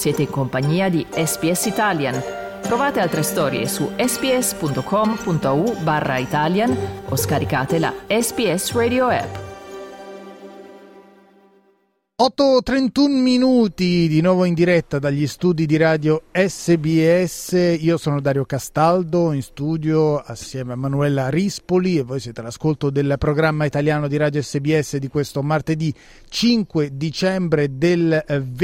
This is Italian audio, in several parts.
Siete in compagnia di SBS Italian. Trovate altre storie su sbs.com.au/Italian o scaricate la SBS Radio app. 8:31 minuti di nuovo in diretta dagli studi di radio SBS. Io sono Dario Castaldo in studio assieme a Manuela Rispoli e voi siete all'ascolto del programma italiano di radio SBS di questo martedì 5 dicembre del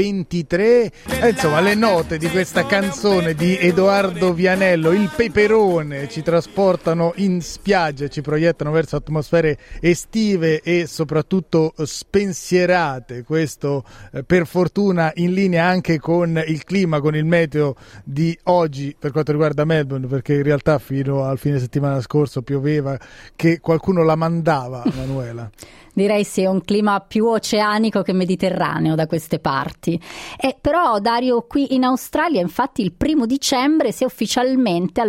23. Insomma, le note di questa canzone di Edoardo Vianello, Il Peperone, ci trasportano in spiaggia, ci proiettano verso atmosfere estive e soprattutto spensierate. Questo per fortuna in linea anche con il clima, con il meteo di oggi per quanto riguarda Melbourne, perché in realtà fino al fine settimana scorso pioveva che qualcuno la mandava, Manuela. Direi sì, è un clima più oceanico che mediterraneo da queste parti. Però Dario, qui in Australia infatti il 1 dicembre si è ufficialmente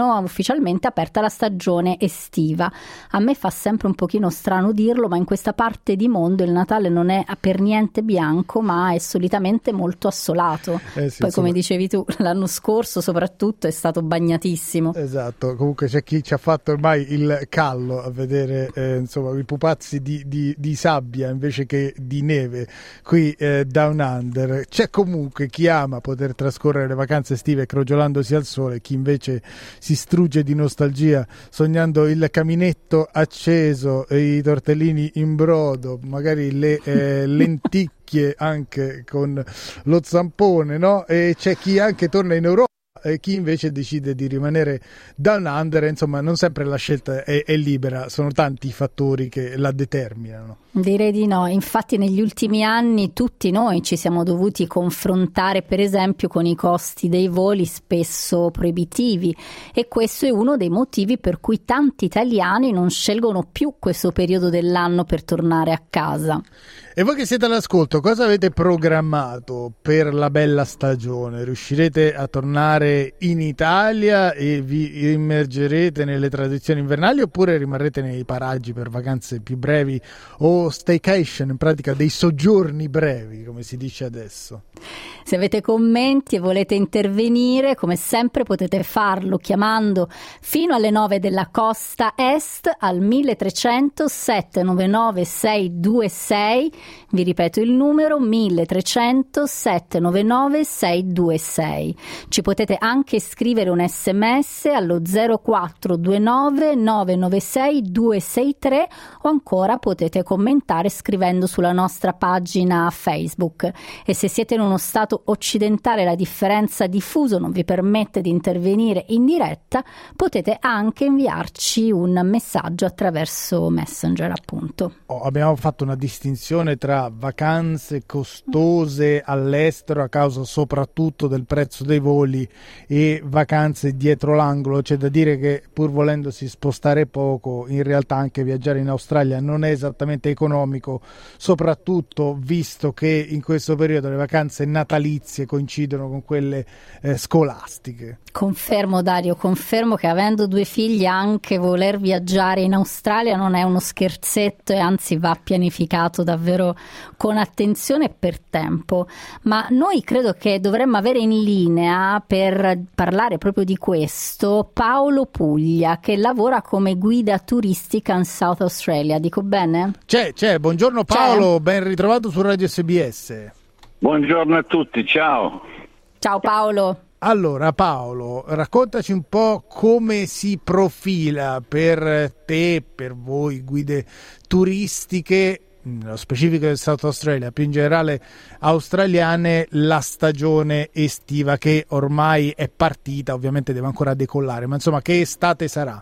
aperta la stagione estiva. A me fa sempre un pochino strano dirlo, ma in questa parte di mondo il Natale non è per niente bianco, ma è solitamente molto assolato. Sì, poi insomma, come dicevi tu, l'anno scorso soprattutto è stato bagnatissimo. Esatto, comunque c'è chi ci ha fatto ormai il callo a vedere insomma i pupazzi di sabbia invece che di neve qui Down Under. C'è comunque chi ama poter trascorrere le vacanze estive crogiolandosi al sole, chi invece si strugge di nostalgia sognando il caminetto acceso, i tortellini in brodo, magari le lenticchie anche con lo zampone, no? E c'è chi anche torna in Europa e chi invece decide di rimanere Down Under. Insomma, non sempre la scelta è libera, sono tanti i fattori che la determinano. Direi di no, infatti negli ultimi anni tutti noi ci siamo dovuti confrontare per esempio con i costi dei voli spesso proibitivi, e questo è uno dei motivi per cui tanti italiani non scelgono più questo periodo dell'anno per tornare a casa. E voi che siete all'ascolto, cosa avete programmato per la bella stagione? Riuscirete a tornare in Italia e vi immergerete nelle tradizioni invernali, oppure rimarrete nei paraggi per vacanze più brevi o staycation, in pratica dei soggiorni brevi, come si dice adesso? Se avete commenti e volete intervenire, come sempre potete farlo chiamando fino alle 9 della costa est al 1300 799 626. Vi ripeto il numero 1300 799 626. Ci potete anche scrivere un sms allo 0429 996 263 o ancora potete commentare scrivendo sulla nostra pagina Facebook. E se siete in uno stato occidentale, la differenza di fuso non vi permette di intervenire in diretta, potete anche inviarci un messaggio attraverso Messenger, appunto. Abbiamo fatto una distinzione tra vacanze costose all'estero a causa soprattutto del prezzo dei voli e vacanze dietro l'angolo. C'è da dire che pur volendosi spostare poco, in realtà anche viaggiare in Australia non è esattamente economico, soprattutto visto che in questo periodo le vacanze natalizie coincidono con quelle scolastiche. Confermo Dario, confermo che avendo 2 figli anche voler viaggiare in Australia non è uno scherzetto e anzi va pianificato davvero con attenzione e per tempo. Ma noi credo che dovremmo avere in linea per parlare proprio di questo Paolo Puglia, che lavora come guida turistica in South Australia. Dico bene? C'è, buongiorno Paolo, ben ritrovato su Radio SBS. Buongiorno a tutti, ciao. Ciao Paolo. Allora Paolo, raccontaci un po' come si profila per te, per voi guide turistiche, nello specifico del South Australia, più in generale australiane, la stagione estiva che ormai è partita, ovviamente deve ancora decollare, ma insomma che estate sarà?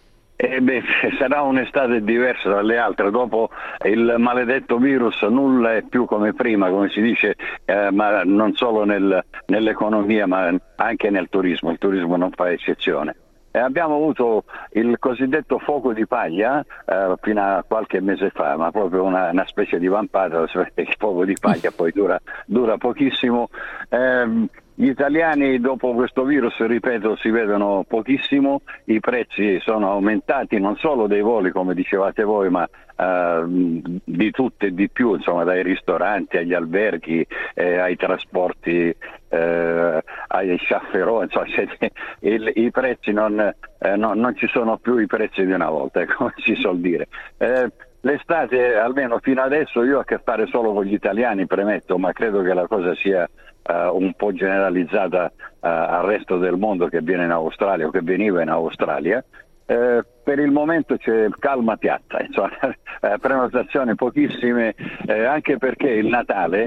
Sarà un'estate diversa dalle altre. Dopo il maledetto virus nulla è più come prima, come si dice, ma non solo nell'economia ma anche nel turismo. Il turismo non fa eccezione. Abbiamo avuto il cosiddetto fuoco di paglia fino a qualche mese fa, ma proprio una specie di vampata. Il fuoco di paglia poi dura pochissimo. Gli italiani dopo questo virus, ripeto, si vedono pochissimo, i prezzi sono aumentati non solo dei voli come dicevate voi, ma di tutto e di più, insomma, dai ristoranti agli alberghi, ai trasporti, ai chauffeur, insomma, i prezzi non ci sono più i prezzi di una volta, come si suol dire. L'estate, almeno fino adesso, io ho a che fare solo con gli italiani, premetto, ma credo che la cosa sia un po' generalizzata al resto del mondo che viene in Australia o che veniva in Australia. Per il momento c'è calma piatta, insomma, prenotazioni pochissime, anche perché il Natale,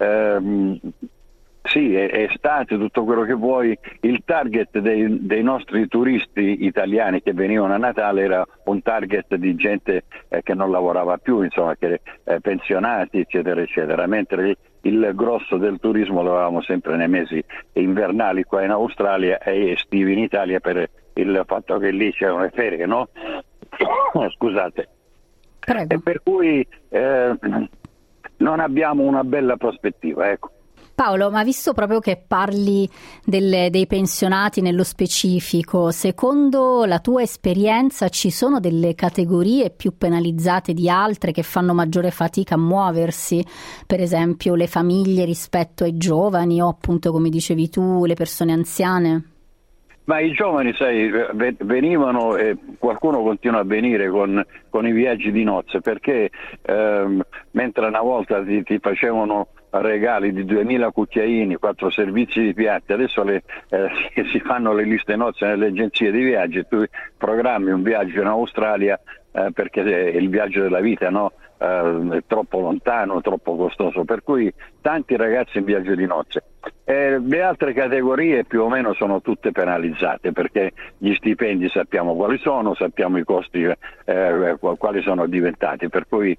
sì, è estate, tutto quello che vuoi, il target dei nostri turisti italiani che venivano a Natale era un target di gente che non lavorava più, insomma, pensionati, eccetera, eccetera, mentre il grosso del turismo lo avevamo sempre nei mesi invernali qua in Australia e estivi in Italia, per il fatto che lì c'erano le ferie, no? Scusate. Prego. E per cui non abbiamo una bella prospettiva, ecco. Paolo, ma visto proprio che parli dei pensionati nello specifico, secondo la tua esperienza ci sono delle categorie più penalizzate di altre che fanno maggiore fatica a muoversi? Per esempio le famiglie rispetto ai giovani o appunto, come dicevi tu, le persone anziane? Ma i giovani, sai, venivano e qualcuno continua a venire con i viaggi di nozze, perché mentre una volta ti facevano regali di 2000 cucchiaini, 4 servizi di piatti, adesso si fanno le liste nozze nelle agenzie di viaggio e tu programmi un viaggio in Australia perché è il viaggio della vita, no? È troppo lontano, troppo costoso, per cui tanti ragazzi in viaggio di nozze. Le altre categorie più o meno sono tutte penalizzate, perché gli stipendi sappiamo quali sono, sappiamo i costi quali sono diventati, per cui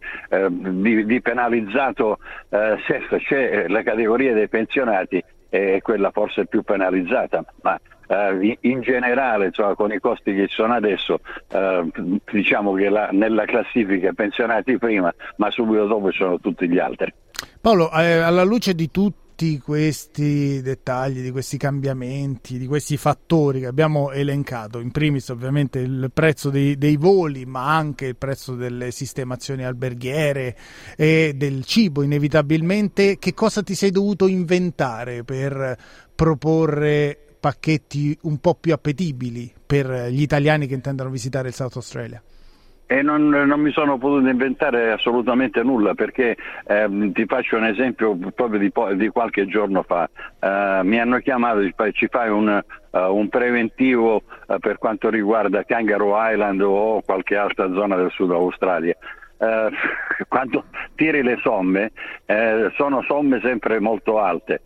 di penalizzato se c'è la categoria dei pensionati, è quella forse più penalizzata, ma in generale, insomma, con i costi che ci sono adesso, diciamo che nella classifica pensionati prima, ma subito dopo ci sono tutti gli altri. Paolo, alla luce di tutti questi dettagli, di questi cambiamenti, di questi fattori che abbiamo elencato, in primis ovviamente il prezzo dei voli, ma anche il prezzo delle sistemazioni alberghiere e del cibo, inevitabilmente, che cosa ti sei dovuto inventare per proporre pacchetti un po' più appetibili per gli italiani che intendono visitare il South Australia? E non mi sono potuto inventare assolutamente nulla, perché ti faccio un esempio proprio di qualche giorno fa. Mi hanno chiamato, ci fai un preventivo per quanto riguarda Kangaroo Island o qualche altra zona del Sud Australia. Quando tiri le somme, sono somme sempre molto alte.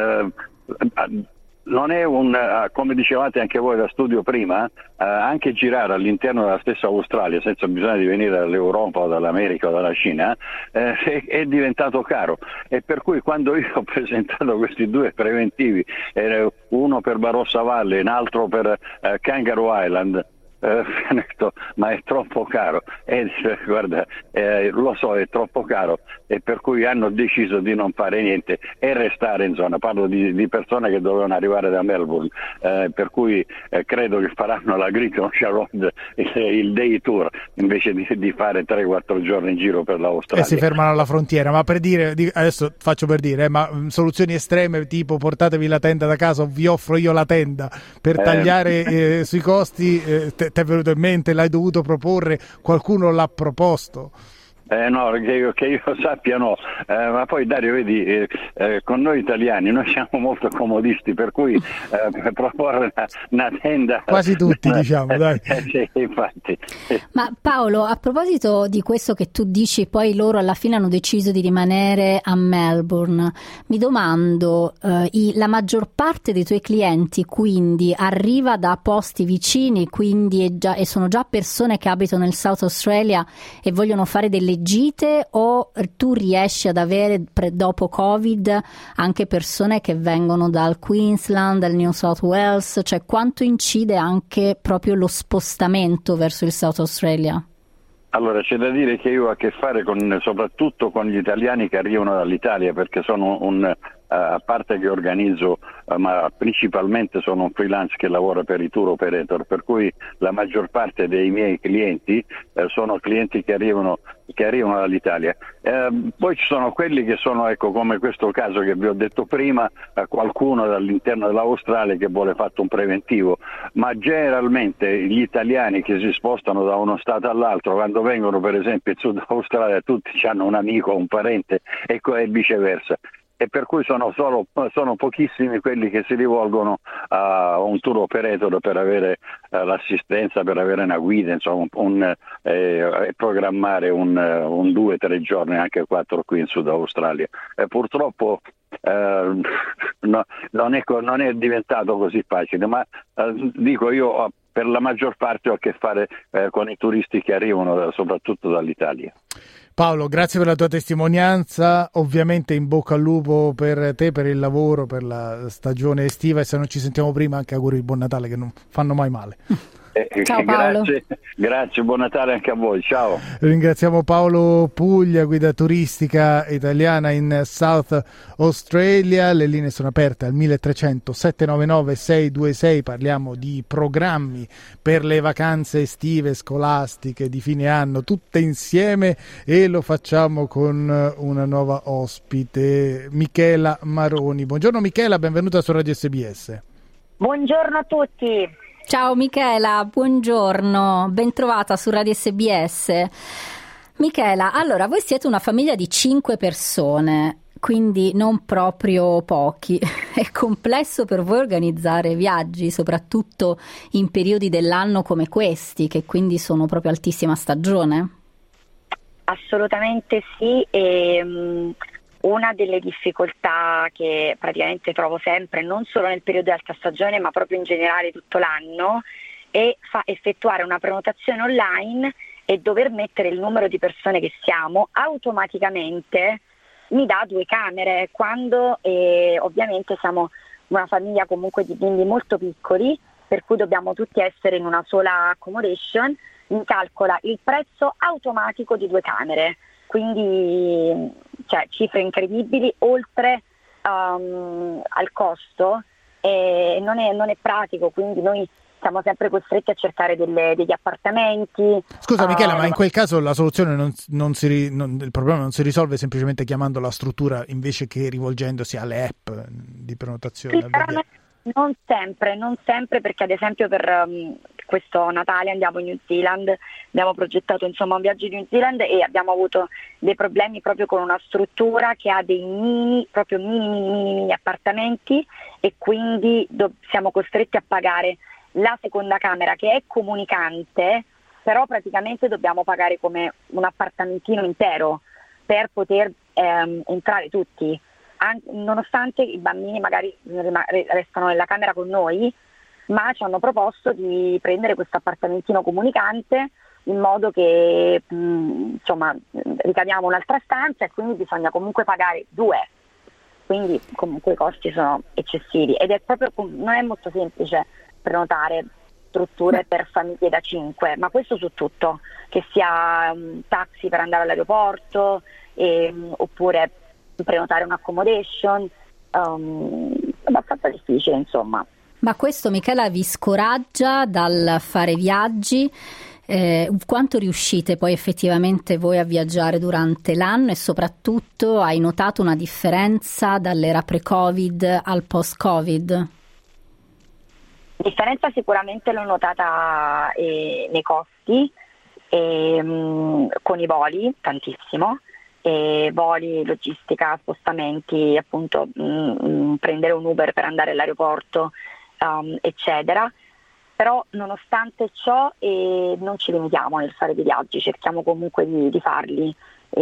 Non è come dicevate anche voi da studio prima, anche girare all'interno della stessa Australia senza bisogno di venire dall'Europa o dall'America o dalla Cina è diventato caro, e per cui quando io ho presentato questi 2 preventivi, uno per Barossa Valley e un altro per Kangaroo Island, ma è troppo caro, guarda, lo so, è troppo caro, e per cui hanno deciso di non fare niente e restare in zona. Parlo di persone che dovevano arrivare da Melbourne, per cui credo che faranno la Great Ocean Road, il day tour, invece di fare 3-4 giorni in giro per l'Australia. E si fermano alla frontiera, ma per dire, adesso faccio per dire, ma soluzioni estreme tipo portatevi la tenda da casa o vi offro io la tenda per tagliare sui costi, ti è venuto in mente, l'hai dovuto proporre, qualcuno l'ha proposto? No, che io sappia no, ma poi Dario, vedi, con noi italiani noi siamo molto comodisti, per cui proporre una tenda... Quasi tutti, diciamo, dai. Sì, infatti. Ma Paolo, a proposito di questo che tu dici, poi loro alla fine hanno deciso di rimanere a Melbourne, mi domando, la maggior parte dei tuoi clienti quindi arriva da posti vicini, quindi e sono già persone che abitano nel South Australia e vogliono fare delle gite, o tu riesci ad avere dopo Covid anche persone che vengono dal Queensland, dal New South Wales, cioè quanto incide anche proprio lo spostamento verso il South Australia? Allora, c'è da dire che io ho a che fare soprattutto con gli italiani che arrivano dall'Italia, perché sono un a parte che organizzo, ma principalmente sono un freelance che lavora per i tour operator, per cui la maggior parte dei miei clienti sono clienti che arrivano dall'Italia. Poi ci sono quelli che sono, ecco, come questo caso che vi ho detto prima, qualcuno dall'interno dell'Australia che vuole fatto un preventivo, ma generalmente gli italiani che si spostano da uno stato all'altro, quando vengono per esempio in Sud Australia, tutti hanno un amico, un parente, e viceversa. E per cui sono pochissimi quelli che si rivolgono a un tour operator per avere l'assistenza, per avere una guida, insomma, programmare un 2-3 giorni, anche 4 qui in Sud Australia. Purtroppo non è diventato così facile, ma dico io, per la maggior parte ho a che fare con i turisti che arrivano soprattutto dall'Italia. Paolo, grazie per la tua testimonianza, ovviamente in bocca al lupo per te, per il lavoro, per la stagione estiva, e se non ci sentiamo prima anche auguri di buon Natale, che non fanno mai male. Ciao Paolo. Grazie, buon Natale anche a voi, ciao. Ringraziamo Paolo Puglia, guida turistica italiana in South Australia. Le linee sono aperte al 1300 799 626, parliamo di programmi per le vacanze estive scolastiche di fine anno, tutte insieme, e lo facciamo con una nuova ospite, Michela Maroni. Buongiorno Michela, benvenuta su Radio SBS. Buongiorno a tutti. Ciao Michela, buongiorno, ben trovata su Radio SBS. Michela, allora voi siete una famiglia di 5 persone, quindi non proprio pochi. È complesso per voi organizzare viaggi, soprattutto in periodi dell'anno come questi, che quindi sono proprio altissima stagione? Assolutamente sì, e una delle difficoltà che praticamente trovo sempre, non solo nel periodo di alta stagione ma proprio in generale tutto l'anno, è effettuare una prenotazione online e dover mettere il numero di persone che siamo. Automaticamente mi dà 2 camere, quando ovviamente siamo una famiglia comunque di bimbi molto piccoli, per cui dobbiamo tutti essere in una sola accommodation. Mi calcola il prezzo automatico di 2 camere, quindi cifre incredibili, oltre al costo, non è pratico, quindi noi siamo sempre costretti a cercare degli appartamenti. Scusa Michela, ma in quel caso la soluzione il problema non si risolve semplicemente chiamando la struttura invece che rivolgendosi alle app di prenotazione? Sì, non sempre, perché ad esempio per questo Natale andiamo in New Zealand, abbiamo progettato insomma un viaggio in New Zealand e abbiamo avuto dei problemi proprio con una struttura che ha dei mini appartamenti, e quindi siamo costretti a pagare la seconda camera, che è comunicante, però praticamente dobbiamo pagare come un appartamentino intero per poter entrare tutti. Nonostante i bambini magari restano nella camera con noi, ma ci hanno proposto di prendere questo appartamentino comunicante in modo che ricaviamo un'altra stanza, e quindi bisogna comunque pagare 2, quindi comunque i costi sono eccessivi, ed è proprio, non è molto semplice prenotare strutture per famiglie da 5, ma questo su tutto, che sia un taxi per andare all'aeroporto oppure prenotare un'accommodation, abbastanza difficile insomma. Ma questo Michela vi scoraggia dal fare viaggi? Quanto riuscite poi effettivamente voi a viaggiare durante l'anno, e soprattutto hai notato una differenza dall'era pre-Covid al post-Covid? Differenza sicuramente l'ho notata nei costi, con i voli tantissimo. Voli, logistica, spostamenti, appunto prendere un Uber per andare all'aeroporto, eccetera. Però nonostante ciò non ci limitiamo nel fare dei viaggi, cerchiamo comunque di farli,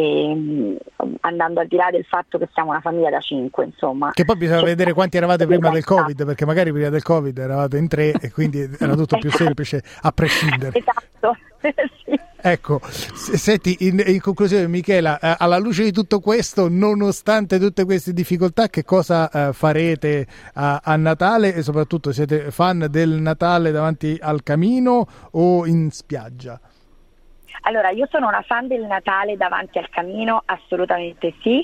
andando al di là del fatto che siamo una famiglia da 5, insomma. Che poi bisogna vedere quanti eravate prima del Covid, perché magari prima del Covid eravate in 3 e quindi era tutto più semplice a prescindere. Esatto. Sì. Ecco, senti, in conclusione Michela, alla luce di tutto questo, nonostante tutte queste difficoltà, che cosa farete a Natale, e soprattutto siete fan del Natale davanti al camino o in spiaggia? Allora, io sono una fan del Natale davanti al camino, assolutamente sì,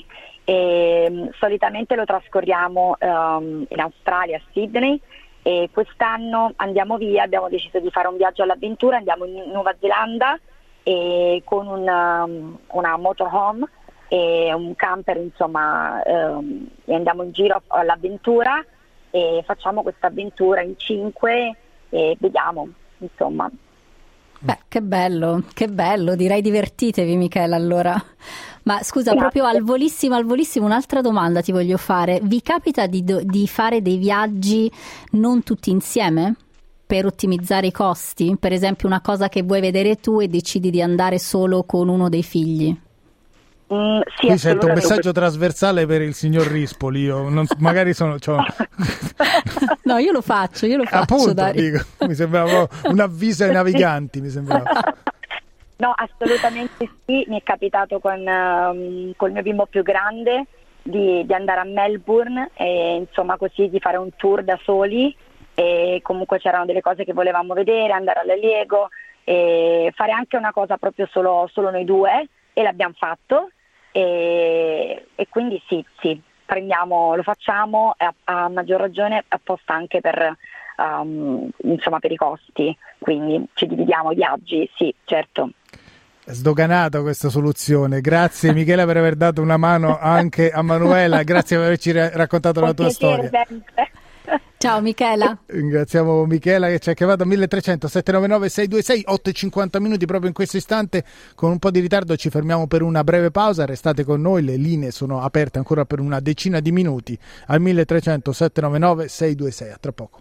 e solitamente lo trascorriamo in Australia, a Sydney, e quest'anno andiamo via, abbiamo deciso di fare un viaggio all'avventura, andiamo in Nuova Zelanda e con una motorhome e un camper, insomma, e andiamo in giro all'avventura e facciamo questa avventura in 5 e vediamo, insomma. Beh, che bello, direi divertitevi, Michela, allora. Ma scusa, proprio al volissimo, un'altra domanda ti voglio fare. Vi capita di fare dei viaggi non tutti insieme per ottimizzare i costi? Per esempio una cosa che vuoi vedere tu e decidi di andare solo con uno dei figli? Sì, qui sento un messaggio trasversale per il signor Rispoli. Io non, magari sono no, io lo faccio appunto, Dario. Dico, mi sembrava un avviso ai naviganti, mi sembrava. No, assolutamente sì, mi è capitato col mio bimbo più grande di andare a Melbourne e insomma così di fare un tour da soli, e comunque c'erano delle cose che volevamo vedere, andare alle Lego e fare anche una cosa proprio solo noi due, e l'abbiamo fatto. E quindi sì, lo facciamo a maggior ragione apposta anche per insomma per i costi, quindi ci dividiamo i viaggi, sì, certo. Sdoganata questa soluzione. Grazie Michela per aver dato una mano anche a Manuela, grazie per averci raccontato la tua storia. Ciao Michela. Ringraziamo Michela che ci ha chiamato 1300 799 626, 8:50 minuti proprio in questo istante. Con un po' di ritardo ci fermiamo per una breve pausa, restate con noi, le linee sono aperte ancora per una decina di minuti al 1300 799 626. A tra poco.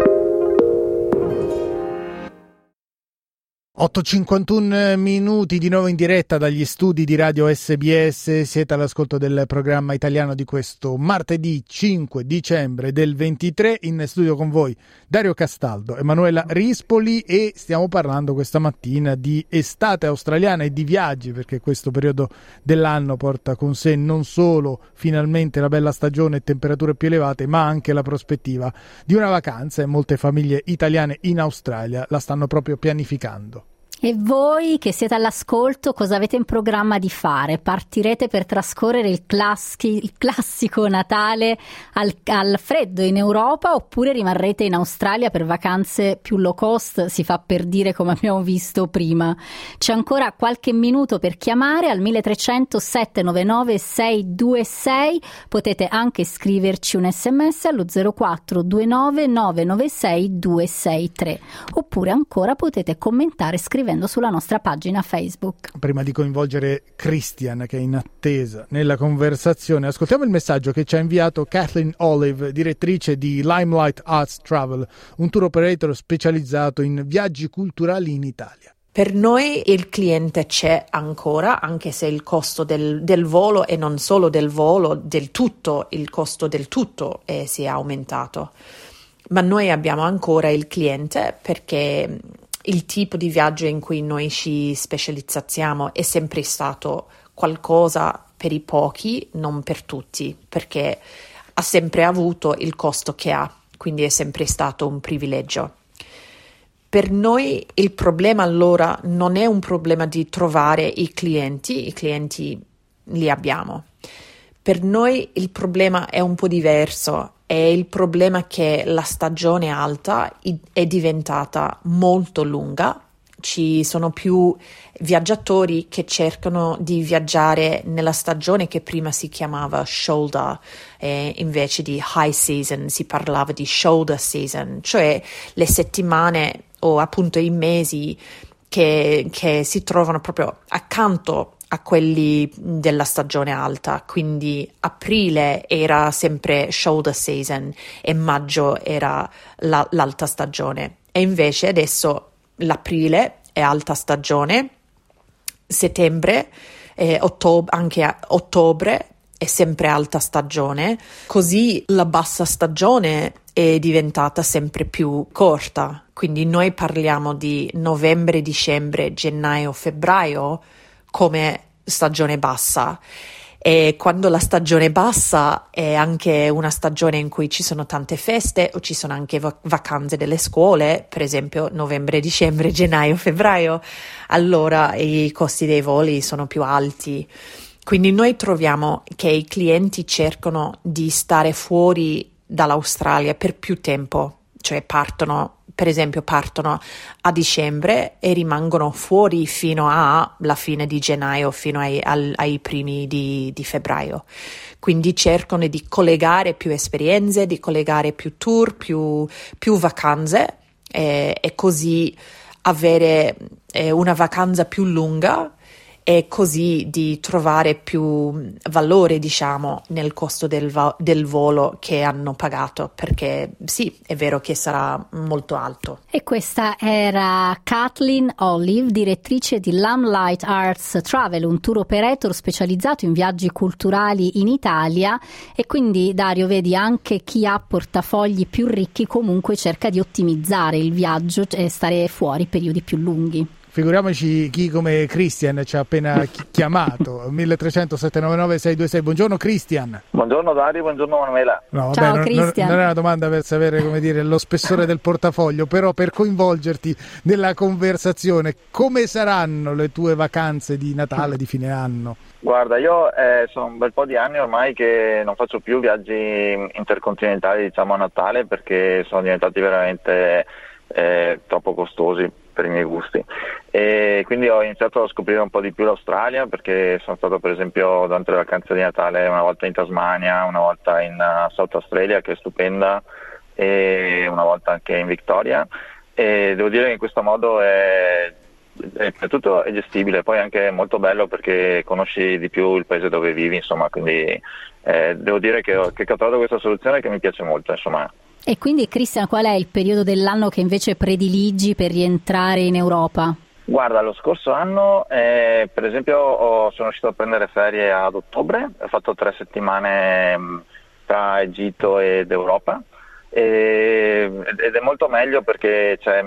8:51 minuti di nuovo in diretta dagli studi di Radio SBS. Siete all'ascolto del programma italiano di questo martedì 5 dicembre del 23. In studio con voi Dario Castaldo, Emanuela Rispoli, e stiamo parlando questa mattina di estate australiana e di viaggi, perché questo periodo dell'anno porta con sé non solo finalmente la bella stagione e temperature più elevate, ma anche la prospettiva di una vacanza, e molte famiglie italiane in Australia la stanno proprio pianificando. E voi che siete all'ascolto, cosa avete in programma di fare? Partirete per trascorrere il classico Natale al freddo in Europa, oppure rimarrete in Australia per vacanze più low cost, si fa per dire, come abbiamo visto prima? C'è ancora qualche minuto per chiamare al 1300 799 626, potete anche scriverci un sms allo 0429 996 263, oppure ancora potete commentare scrivendo sulla nostra pagina Facebook. Prima di coinvolgere Christian, che è in attesa nella conversazione, ascoltiamo il messaggio che ci ha inviato Kathleen Olive, direttrice di Limelight Arts Travel, un tour operator specializzato in viaggi culturali in Italia. Per noi il cliente c'è ancora, anche se il costo del volo, e non solo del volo, del tutto, il costo del tutto si è aumentato. Ma noi abbiamo ancora il cliente, perché il tipo di viaggio in cui noi ci specializziamo è sempre stato qualcosa per i pochi, non per tutti, perché ha sempre avuto il costo che ha, quindi è sempre stato un privilegio. Per noi il problema allora non è un problema di trovare i clienti li abbiamo. Per noi il problema è un po' diverso. È il problema che la stagione alta è diventata molto lunga, ci sono più viaggiatori che cercano di viaggiare nella stagione che prima si chiamava shoulder, invece di high season si parlava di shoulder season, cioè le settimane o appunto i mesi che si trovano proprio accanto a quelli della stagione alta. Quindi aprile era sempre shoulder season e maggio era l'alta stagione, e invece adesso l'aprile è alta stagione, settembre, anche a ottobre è sempre alta stagione, così la bassa stagione è diventata sempre più corta. Quindi noi parliamo di novembre, dicembre, gennaio, febbraio come stagione bassa, e quando la stagione bassa è anche una stagione in cui ci sono tante feste o ci sono anche vacanze delle scuole, per esempio novembre, dicembre, gennaio, febbraio, allora i costi dei voli sono più alti. Quindi noi troviamo che i clienti cercano di stare fuori dall'Australia per più tempo, cioè partono a dicembre e rimangono fuori fino alla fine di gennaio, fino ai primi di febbraio. Quindi cercano di collegare più esperienze, di collegare più tour, più vacanze e così avere una vacanza più lunga e così di trovare più valore, diciamo, nel costo del volo che hanno pagato, perché sì, è vero che sarà molto alto. E questa era Kathleen Olive, direttrice di Lamplight Arts Travel, un tour operator specializzato in viaggi culturali in Italia. E quindi, Dario, vedi, anche chi ha portafogli più ricchi comunque cerca di ottimizzare il viaggio e stare fuori periodi più lunghi. Figuriamoci chi come Christian ci ha appena chiamato. 1300 799 626. Buongiorno Christian. Buongiorno Dario, buongiorno Manuela. No, ciao vabbè, Christian. Non è una domanda per sapere, come dire, lo spessore del portafoglio, però per coinvolgerti nella conversazione, come saranno le tue vacanze di Natale, di fine anno? Guarda, io sono un bel po' di anni ormai che non faccio più viaggi intercontinentali, diciamo, a Natale, perché sono diventati veramente troppo costosi per i miei gusti, e quindi ho iniziato a scoprire un po' di più l'Australia, perché sono stato per esempio durante le vacanze di Natale una volta in Tasmania, una volta in South Australia, che è stupenda, e una volta anche in Victoria, e devo dire che in questo modo tutto è gestibile, poi anche molto bello perché conosci di più il paese dove vivi, insomma, quindi devo dire che ho trovato questa soluzione che mi piace molto, insomma. E quindi, Christian, qual è il periodo dell'anno che invece prediligi per rientrare in Europa? Guarda, lo scorso anno per esempio sono riuscito a prendere ferie ad ottobre, ho fatto 3 settimane tra Egitto ed Europa, ed è molto meglio perché c'è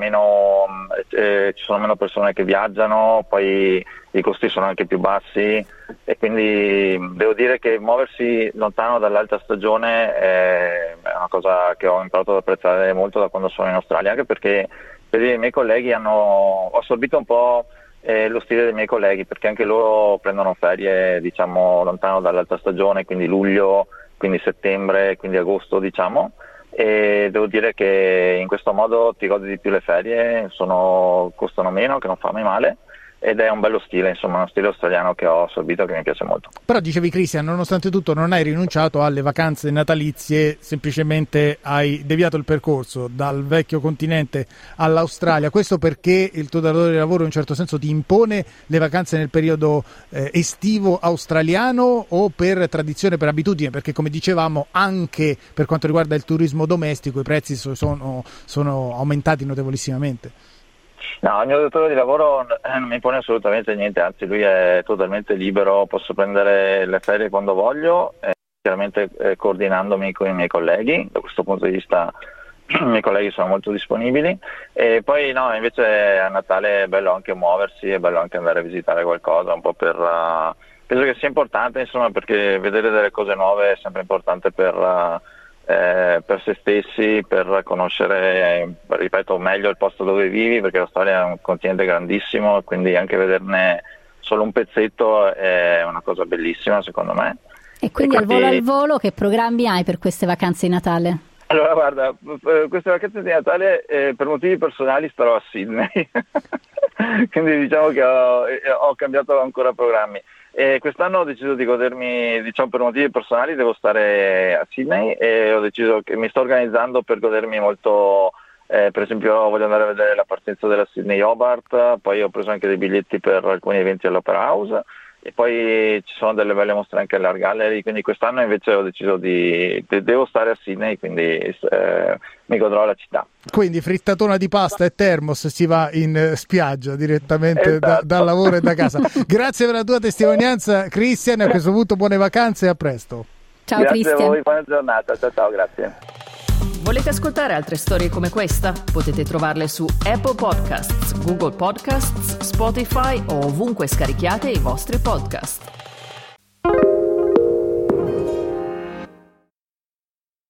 ci sono meno persone che viaggiano, poi i costi sono anche più bassi, e quindi devo dire che muoversi lontano dall'alta stagione è una cosa che ho imparato ad apprezzare molto da quando sono in Australia, anche perché i miei colleghi ho assorbito un po' lo stile dei miei colleghi, perché anche loro prendono ferie, diciamo, lontano dall'alta stagione, quindi luglio, quindi settembre, quindi agosto, diciamo. E devo dire che in questo modo ti godi di più le ferie, costano meno, che non fa mai male, ed è un bello stile, insomma, uno stile australiano che ho assorbito, che mi piace molto. Però dicevi, Christian, nonostante tutto non hai rinunciato alle vacanze natalizie, semplicemente hai deviato il percorso dal vecchio continente all'Australia. Questo perché il tuo datore di lavoro in un certo senso ti impone le vacanze nel periodo estivo australiano, o per tradizione, per abitudine? Perché, come dicevamo, anche per quanto riguarda il turismo domestico i prezzi sono aumentati notevolissimamente. No, il mio datore di lavoro non mi impone assolutamente niente, anzi lui è totalmente libero, posso prendere le ferie quando voglio, chiaramente coordinandomi con i miei colleghi. Da questo punto di vista i miei colleghi sono molto disponibili, e poi no, invece a Natale è bello anche muoversi, è bello anche andare a visitare qualcosa, un po' penso che sia importante, insomma, perché vedere delle cose nuove è sempre importante per se stessi, per conoscere, ripeto, meglio il posto dove vivi, perché l'Australia è un continente grandissimo, quindi anche vederne solo un pezzetto è una cosa bellissima, secondo me. E quindi al volo che programmi hai per queste vacanze di Natale? Allora, guarda, queste vacanze di Natale per motivi personali starò a Sydney, quindi diciamo che ho cambiato ancora programmi. E quest'anno ho deciso di godermi, diciamo, per motivi personali devo stare a Sydney, e ho deciso che mi sto organizzando per godermi molto, per esempio voglio andare a vedere la partenza della Sydney Hobart, poi ho preso anche dei biglietti per alcuni eventi all'Opera House, e poi ci sono delle belle mostre anche all'Art Gallery, quindi quest'anno invece ho deciso devo stare a Sydney, quindi mi godrò la città. Quindi frittatona di pasta e termos, si va in spiaggia direttamente, esatto, dal lavoro e da casa. Grazie per la tua testimonianza, Christian, a questo punto buone vacanze e a presto. Ciao Grazie Christian. a voi, buona giornata, ciao, grazie. Volete ascoltare altre storie come questa? Potete trovarle su Apple Podcasts, Google Podcasts, Spotify o ovunque scarichiate i vostri podcast.